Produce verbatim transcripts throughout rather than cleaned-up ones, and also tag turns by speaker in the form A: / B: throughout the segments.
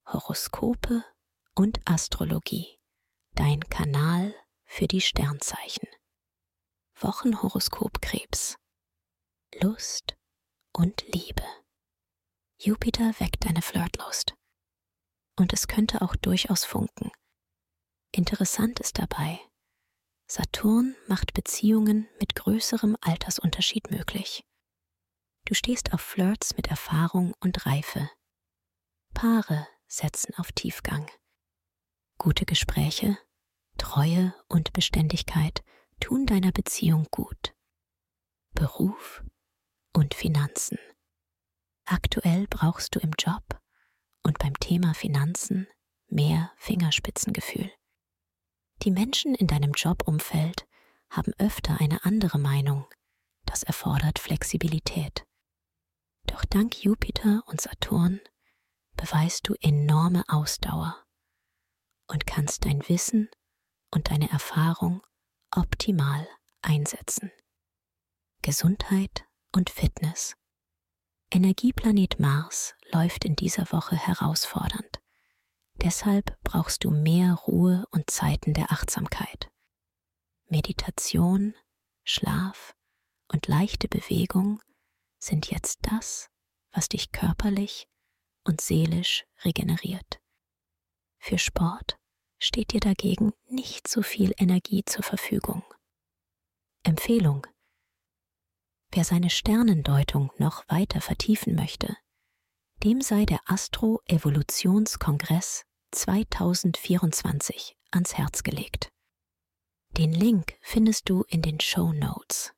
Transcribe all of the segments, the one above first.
A: Horoskope und Astrologie, dein Kanal für die Sternzeichen. Wochenhoroskop Krebs. Lust und Liebe. Jupiter weckt deine Flirtlust. Und es könnte auch durchaus funken. Interessant ist dabei, Saturn macht Beziehungen mit größerem Altersunterschied möglich. Du stehst auf Flirts mit Erfahrung und Reife. Paare setzen auf Tiefgang. Gute Gespräche, Treue und Beständigkeit tun deiner Beziehung gut. Beruf und Finanzen. Aktuell brauchst du im Job und beim Thema Finanzen mehr Fingerspitzengefühl. Die Menschen in deinem Jobumfeld haben öfter eine andere Meinung. Das erfordert Flexibilität. Doch dank Jupiter und Saturn beweist du enorme Ausdauer und kannst dein Wissen und deine Erfahrung optimal einsetzen. Gesundheit und Fitness. Energieplanet Mars läuft in dieser Woche herausfordernd. Deshalb brauchst du mehr Ruhe und Zeiten der Achtsamkeit. Meditation, Schlaf und leichte Bewegung sind jetzt das, was dich körperlich und seelisch regeneriert. Für Sport steht dir dagegen nicht so viel Energie zur Verfügung. Empfehlung: Wer seine Sternendeutung noch weiter vertiefen möchte, dem sei der Astro-Evolutionskongress zweitausendvierundzwanzig ans Herz gelegt. Den Link findest du in den Shownotes.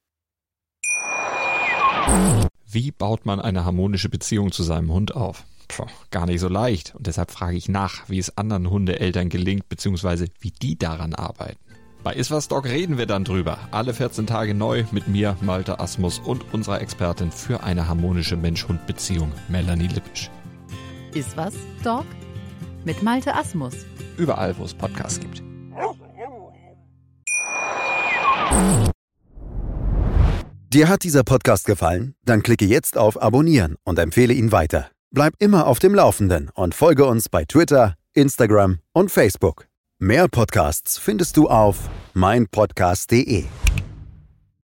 B: Wie baut man eine harmonische Beziehung zu seinem Hund auf? Puh, gar nicht so leicht. Und deshalb frage ich nach, wie es anderen Hundeeltern gelingt, beziehungsweise wie die daran arbeiten. Bei Iswas Dog reden wir dann drüber. Alle vierzehn Tage neu mit mir, Malte Asmus, und unserer Expertin für eine harmonische Mensch-Hund-Beziehung, Melanie Lippisch.
C: Iswas Dog mit Malte Asmus.
B: Überall, wo es Podcasts gibt.
D: Dir hat dieser Podcast gefallen? Dann klicke jetzt auf Abonnieren und empfehle ihn weiter. Bleib immer auf dem Laufenden und folge uns bei Twitter, Instagram und Facebook. Mehr Podcasts findest du auf meinpodcast punkt de.